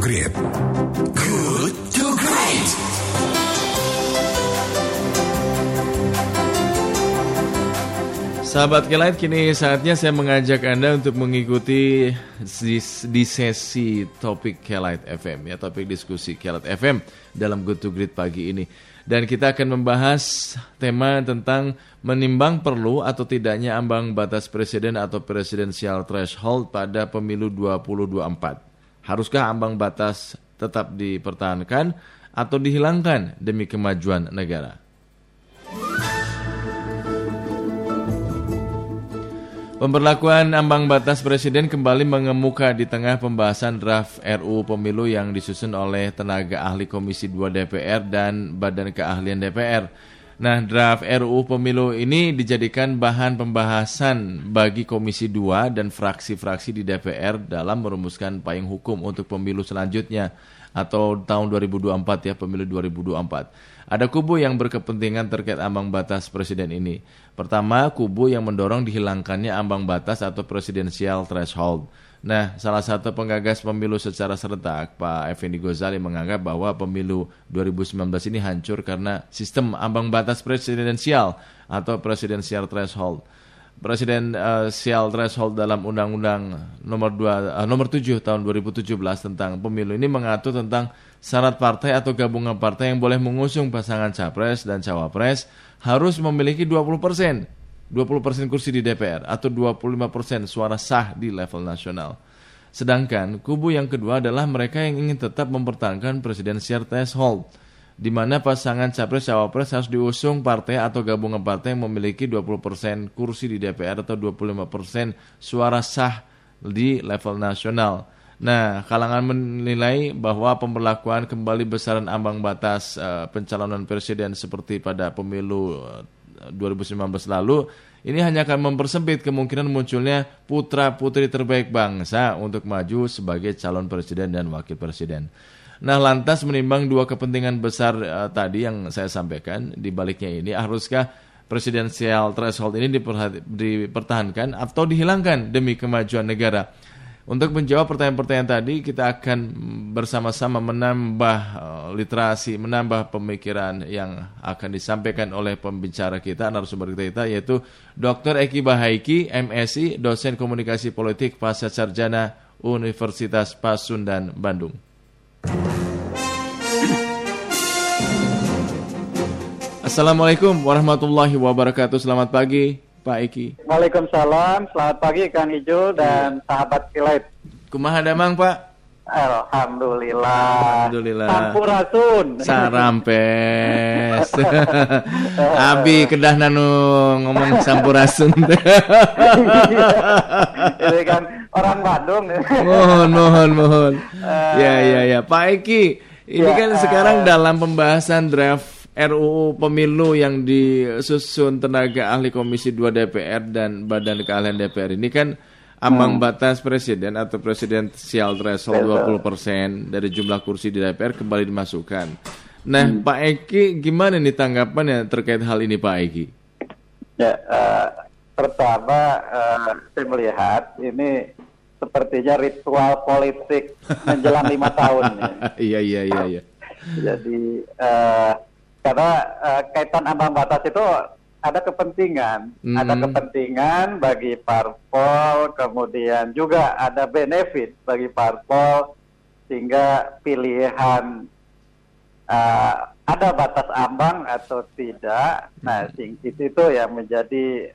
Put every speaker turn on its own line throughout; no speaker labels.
Great. Good to Great.
Sahabat Kelight, kini saatnya saya mengajak Anda untuk mengikuti di sesi topik Kelight FM, ya, topik diskusi Kelight FM dalam Good to Great pagi ini. Dan kita akan membahas tema tentang menimbang perlu atau tidaknya ambang batas presiden atau presidensial threshold pada pemilu 2024. Haruskah ambang batas tetap dipertahankan atau dihilangkan demi kemajuan negara? Pemberlakuan ambang batas presiden kembali mengemuka di tengah pembahasan draft RUU Pemilu yang disusun oleh tenaga ahli Komisi 2 DPR dan Badan Keahlian DPR. Nah, draft RUU Pemilu ini dijadikan bahan pembahasan bagi Komisi 2 dan fraksi-fraksi di DPR dalam merumuskan payung hukum untuk pemilu selanjutnya atau tahun 2024, ya, pemilu 2024. Ada kubu yang berkepentingan terkait ambang batas presiden ini. Pertama, kubu yang mendorong dihilangkannya ambang batas atau presidensial threshold. Nah, salah satu penggagas pemilu secara serentak, Pak Effendi Ghazali, menganggap bahwa pemilu 2019 ini hancur karena sistem ambang batas presidensial atau presidensial threshold. Presidensial threshold dalam Undang-Undang nomor 7 tahun 2017 tentang pemilu ini mengatur tentang syarat partai atau gabungan partai yang boleh mengusung pasangan capres dan cawapres harus memiliki 20% kursi di DPR atau 25% suara sah di level nasional. Sedangkan kubu yang kedua adalah mereka yang ingin tetap mempertahankan presidensial threshold, di mana pasangan capres-cawapres harus diusung partai atau gabungan partai yang memiliki 20% kursi di DPR atau 25% suara sah di level nasional. Nah, kalangan menilai bahwa pemberlakuan kembali besaran ambang batas pencalonan presiden seperti pada pemilu 2019 lalu, ini hanya akan mempersempit kemungkinan munculnya putra-putri terbaik bangsa untuk maju sebagai calon presiden dan wakil presiden. Nah, lantas menimbang dua kepentingan besar tadi yang saya sampaikan, di baliknya ini, haruskah presidensial threshold ini dipertahankan atau dihilangkan demi kemajuan negara? Untuk menjawab pertanyaan-pertanyaan tadi, kita akan bersama-sama menambah literasi, menambah pemikiran yang akan disampaikan oleh pembicara kita, narasumber kita, yaitu Dr. Eki Bahaiki, MSI, dosen komunikasi politik pasca sarjana Universitas Pasundan, Bandung. Assalamualaikum warahmatullahi wabarakatuh. Selamat pagi, Pak Eki.
Waalaikumsalam. Selamat pagi, Kang Ijul dan sahabat Kelight.
Kumaha damang, Pak?
Alhamdulillah. Sampurasun.
Sarampes. Abi kedah nanu ngomong sampurasun.
Ini kan orang Bandung.
Mohon. Ya. Pak Eki, ini kan sekarang dalam pembahasan draft RUU Pemilu yang disusun tenaga ahli Komisi 2 DPR dan Badan Keahlian DPR ini kan ambang batas presiden atau presidensial threshold 20% dari jumlah kursi di DPR kembali dimasukkan. Nah, Pak Eki, gimana nih tanggapannya terkait hal ini, Pak Eki?
Ya, pertama saya melihat ini sepertinya ritual politik menjelang 5 tahun.
Iya.
Jadi karena kaitan ambang batas itu ada kepentingan, bagi parpol, kemudian juga ada benefit bagi parpol, sehingga pilihan ada batas ambang atau tidak. Nah, itu yang menjadi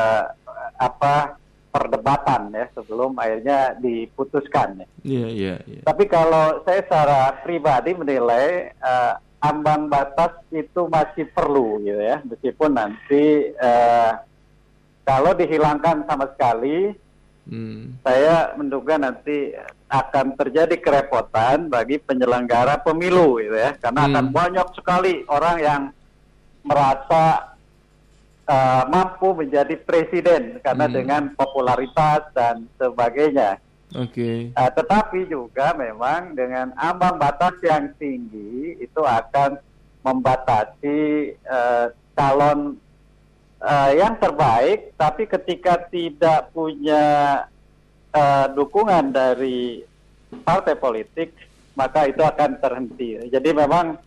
perdebatan ya sebelum akhirnya diputuskan.
Iya.
Tapi kalau saya secara pribadi menilai ambang batas itu masih perlu, gitu ya, meskipun nanti kalau dihilangkan sama sekali, saya menduga nanti akan terjadi kerepotan bagi penyelenggara pemilu, gitu ya, karena akan banyak sekali orang yang merasa mampu menjadi presiden karena dengan popularitas dan sebagainya.
Oke.
Tetapi juga memang dengan ambang batas yang tinggi itu akan membatasi calon yang terbaik, tapi ketika tidak punya dukungan dari partai politik, maka itu akan terhenti. Jadi memang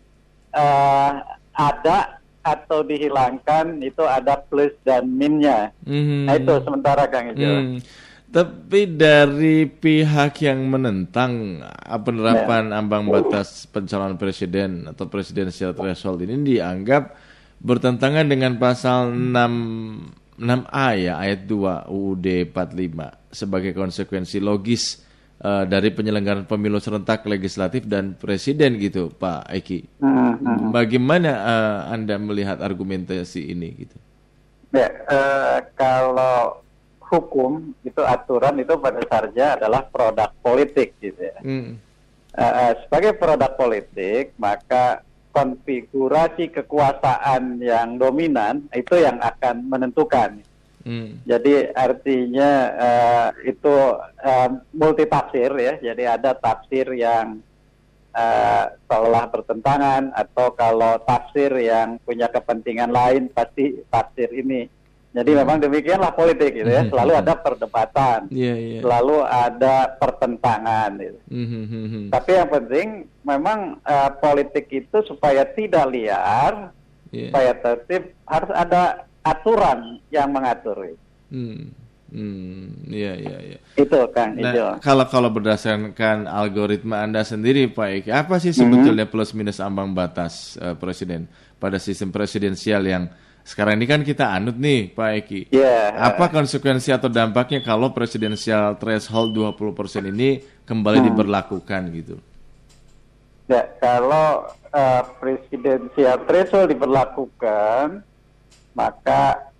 ada atau dihilangkan itu ada plus dan minnya. Nah itu sementara Kang Ijo.
Tapi dari pihak yang menentang penerapan ambang batas pencalonan presiden atau presidensial threshold ini dianggap bertentangan dengan pasal 6A ya, ayat 2 UUD 45 sebagai konsekuensi logis dari penyelenggaraan pemilu serentak legislatif dan presiden gitu, Pak Eki. Bagaimana Anda melihat argumentasi ini gitu?
Ya, kalau hukum itu aturan itu pada dasarnya adalah produk politik gitu ya. Sebagai produk politik maka konfigurasi kekuasaan yang dominan itu yang akan menentukan. Jadi artinya itu multitafsir ya. Jadi ada tafsir yang seolah bertentangan, atau kalau tafsir yang punya kepentingan lain pasti tafsir ini. Jadi memang demikianlah politik gitu ya, selalu ada perdebatan, selalu ada pertentangan gitu. Tapi yang penting memang politik itu supaya tidak liar, supaya tertib, harus ada aturan yang mengatur. Itu Kang Ijo.
Kalau berdasarkan algoritma Anda sendiri Pak Eki, apa sih sebetulnya plus minus ambang batas presiden pada sistem presidensial yang sekarang ini kan kita anut nih Pak Eki. Apa konsekuensi atau dampaknya kalau presidensial threshold 20% ini kembali diberlakukan gitu?
Ya, kalau presidensial threshold diberlakukan, maka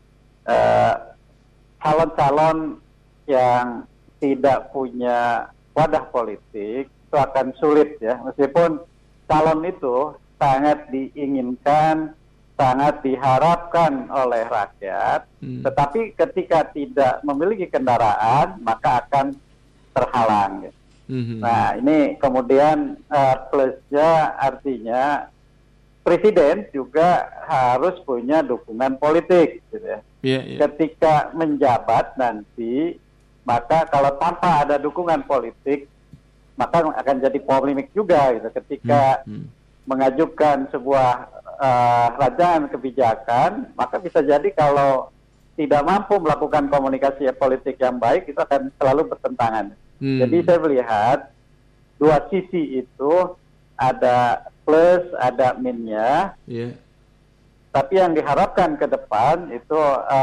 calon-calon yang tidak punya wadah politik itu akan sulit ya, meskipun calon itu sangat diinginkan, sangat diharapkan oleh rakyat, tetapi ketika tidak memiliki kendaraan maka akan terhalang. Nah ini kemudian plusnya artinya presiden juga harus punya dukungan politik gitu ya. Ketika menjabat nanti, maka kalau tanpa ada dukungan politik maka akan jadi polemik juga gitu. Ketika mengajukan sebuah rancangan kebijakan, maka bisa jadi kalau tidak mampu melakukan komunikasi politik yang baik, itu akan selalu bertentangan. Jadi saya melihat dua sisi itu, ada plus, ada minnya. Tapi yang diharapkan ke depan itu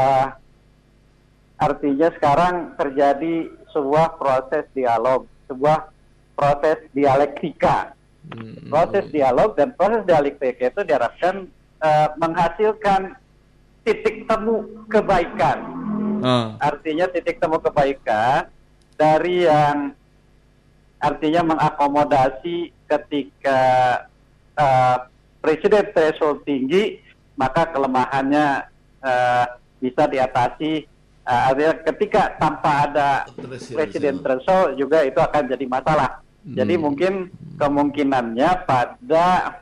artinya sekarang terjadi sebuah proses dialog, sebuah proses dialektika. Proses dialog dan proses dialektika itu diharapkan menghasilkan titik temu kebaikan. Artinya titik temu kebaikan dari yang artinya mengakomodasi ketika presiden threshold tinggi, maka kelemahannya bisa diatasi. Artinya ketika tanpa ada presiden threshold juga itu akan jadi masalah. Jadi mungkin kemungkinannya pada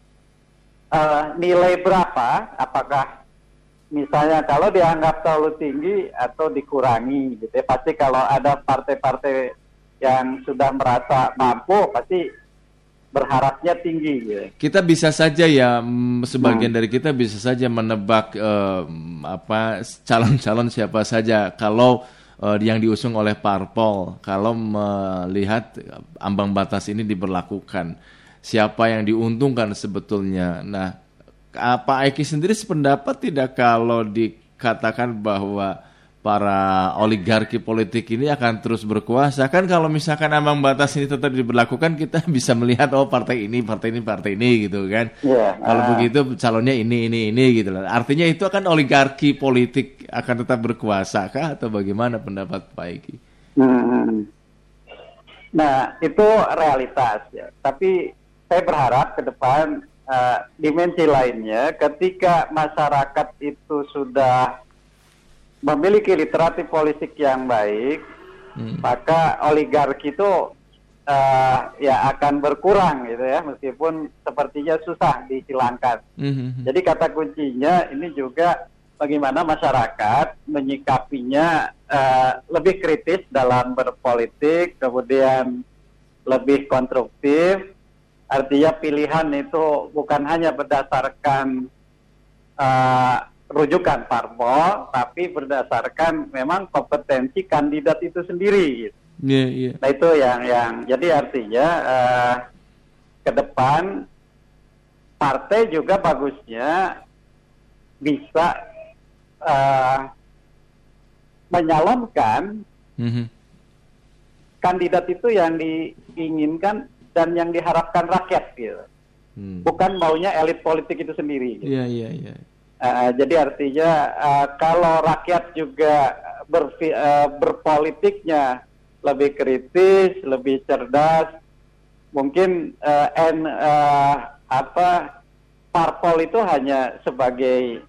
nilai berapa, apakah misalnya kalau dianggap terlalu tinggi atau dikurangi gitu ya. Pasti kalau ada partai-partai yang sudah merasa mampu pasti berharapnya tinggi gitu.
Kita bisa saja ya, sebagian dari kita bisa saja menebak calon-calon siapa saja kalau yang diusung oleh parpol, kalau melihat ambang batas ini diberlakukan, siapa yang diuntungkan sebetulnya. Nah, Pak Eki sendiri sependapat tidak kalau dikatakan bahwa para oligarki politik ini akan terus berkuasa? Kan kalau misalkan ambang batas ini tetap diberlakukan, kita bisa melihat partai ini gitu kan. Kalau begitu calonnya ini gitu lah. Artinya itu akan oligarki politik akan tetap berkuasa kah, atau bagaimana pendapat Pak Eki?
Nah, itu realitas ya. Tapi saya berharap ke depan dimensi lainnya, ketika masyarakat itu sudah memiliki literasi politik yang baik, maka oligarki itu ya akan berkurang gitu ya, meskipun sepertinya susah dihilangkan. Jadi kata kuncinya ini juga bagaimana masyarakat menyikapinya lebih kritis dalam berpolitik, kemudian lebih konstruktif. Artinya pilihan itu bukan hanya berdasarkan rujukan parpol, tapi berdasarkan memang kompetensi kandidat itu sendiri. Nah itu yang jadi artinya ke depan partai juga bagusnya bisa menyalonkan kandidat itu yang diinginkan dan yang diharapkan rakyat gitu. Bukan maunya elit politik itu sendiri. Gitu. Jadi artinya kalau rakyat juga berpolitiknya lebih kritis, lebih cerdas, mungkin parpol itu hanya sebagai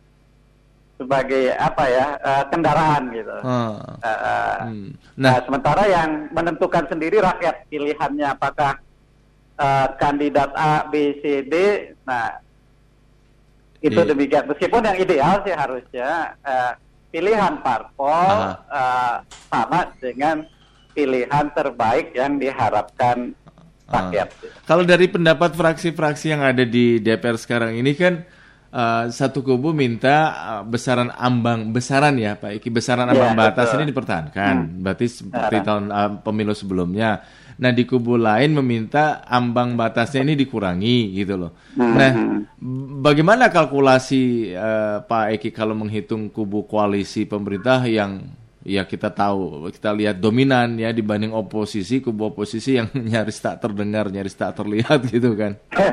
kendaraan gitu. Nah, sementara yang menentukan sendiri rakyat pilihannya apakah kandidat A, B, C, D. Nah, itu demikian. Meskipun yang ideal sih harusnya pilihan parpol sama dengan pilihan terbaik yang diharapkan rakyat.
Kalau dari pendapat fraksi-fraksi yang ada di DPR sekarang ini kan satu kubu minta besaran ya Pak Iki, besaran ambang batas ini dipertahankan, berarti seperti tahun pemilu sebelumnya. Nah di kubu lain meminta ambang batasnya ini dikurangi gitu loh. Nah bagaimana kalkulasi Pak Eki kalau menghitung kubu koalisi pemerintah yang ya kita lihat dominan ya dibanding oposisi, kubu oposisi yang nyaris tak terdengar, nyaris tak terlihat gitu kan.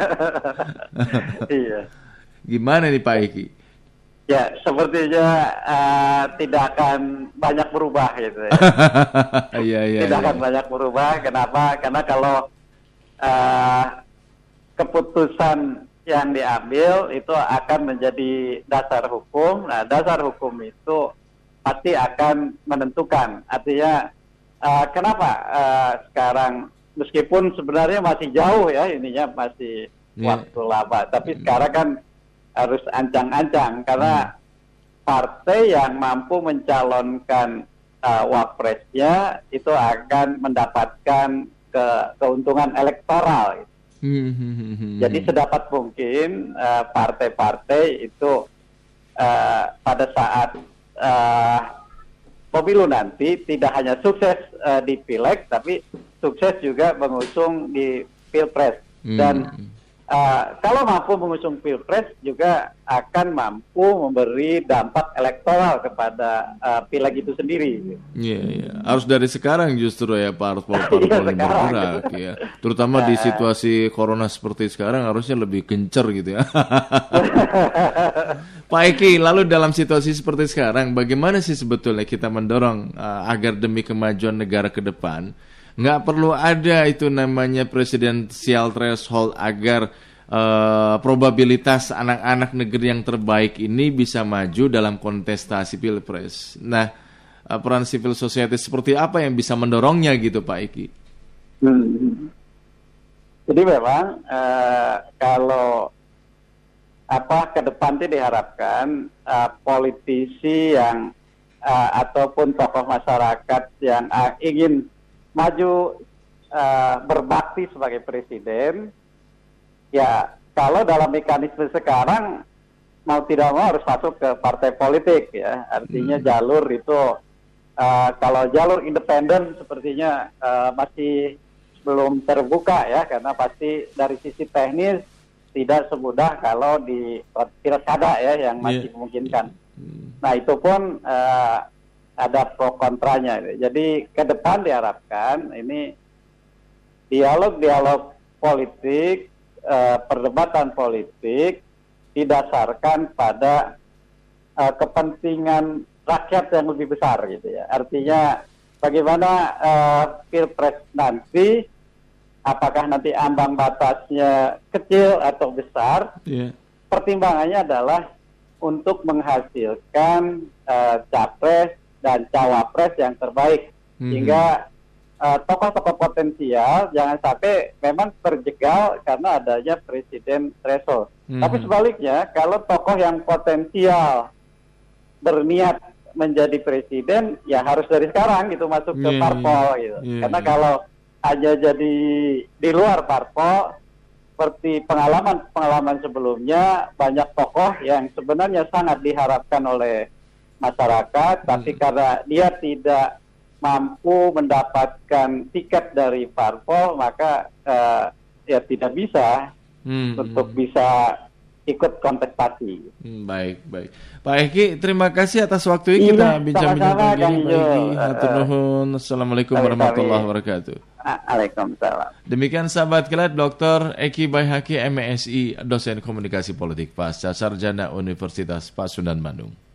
Iya.
Gimana nih Pak Eki?
Ya, sepertinya tidak akan banyak berubah gitu ya. Tidak akan banyak berubah. Kenapa? Karena kalau keputusan yang diambil itu akan menjadi dasar hukum. Nah, dasar hukum itu pasti akan menentukan. Artinya, kenapa sekarang meskipun sebenarnya masih jauh ya, ininya masih waktu lama. Tapi sekarang kan harus ancang-ancang karena partai yang mampu mencalonkan wapresnya itu akan mendapatkan keuntungan elektoral. Jadi sedapat mungkin partai-partai itu pada saat pemilu nanti tidak hanya sukses di pileg tapi sukses juga mengusung di pilpres dan kalau mampu mengusung pilpres juga akan mampu memberi dampak elektoral kepada pileg itu sendiri.
Iya. Harus dari sekarang justru ya parpol yang bergerak ya. Terutama di situasi corona seperti sekarang harusnya lebih gencer gitu ya. Pak Eki, lalu dalam situasi seperti sekarang bagaimana sih sebetulnya kita mendorong agar demi kemajuan negara ke depan nggak perlu ada itu namanya presidensial threshold agar probabilitas anak-anak negeri yang terbaik ini bisa maju dalam kontestasi pilpres. Nah, peran civil society seperti apa yang bisa mendorongnya gitu Pak Eki?
Jadi memang kalau ke depan itu diharapkan politisi yang ataupun tokoh masyarakat yang ingin maju berbakti sebagai presiden, ya kalau dalam mekanisme sekarang mau tidak mau harus masuk ke partai politik ya. Artinya jalur itu kalau jalur independen sepertinya masih belum terbuka ya, karena pasti dari sisi teknis tidak semudah kalau di pilkada ya yang masih memungkinkan. Nah itu pun ada pro kontranya. Jadi ke depan diharapkan ini dialog politik, perdebatan politik didasarkan pada kepentingan rakyat yang lebih besar gitu ya. Artinya bagaimana pilpres nanti, apakah nanti ambang batasnya kecil atau besar? Pertimbangannya adalah untuk menghasilkan capres dan cawapres yang terbaik, sehingga tokoh-tokoh potensial jangan sampai memang terjegal karena adanya presiden threshold. Tapi sebaliknya, kalau tokoh yang potensial berniat menjadi presiden, ya harus dari sekarang gitu masuk ke parpol gitu. Karena kalau hanya jadi di luar parpol. Seperti pengalaman sebelumnya, banyak tokoh yang sebenarnya sangat diharapkan oleh masyarakat, tapi karena dia tidak mampu mendapatkan tiket dari parpol, maka ya tidak bisa untuk bisa ikut kontestasi.
Baik. Pak Eki, terima kasih atas waktu ini. Kita bincang-bincang pagi ini. Pak Eki, hatur nuhun. Assalamualaikum warahmatullahi wabarakatuh.
Waalaikumsalam.
Demikian sahabat kilat, Dr. Eki Baihaqi, MSI, dosen komunikasi politik pasca sarjana Universitas Pasundan Bandung.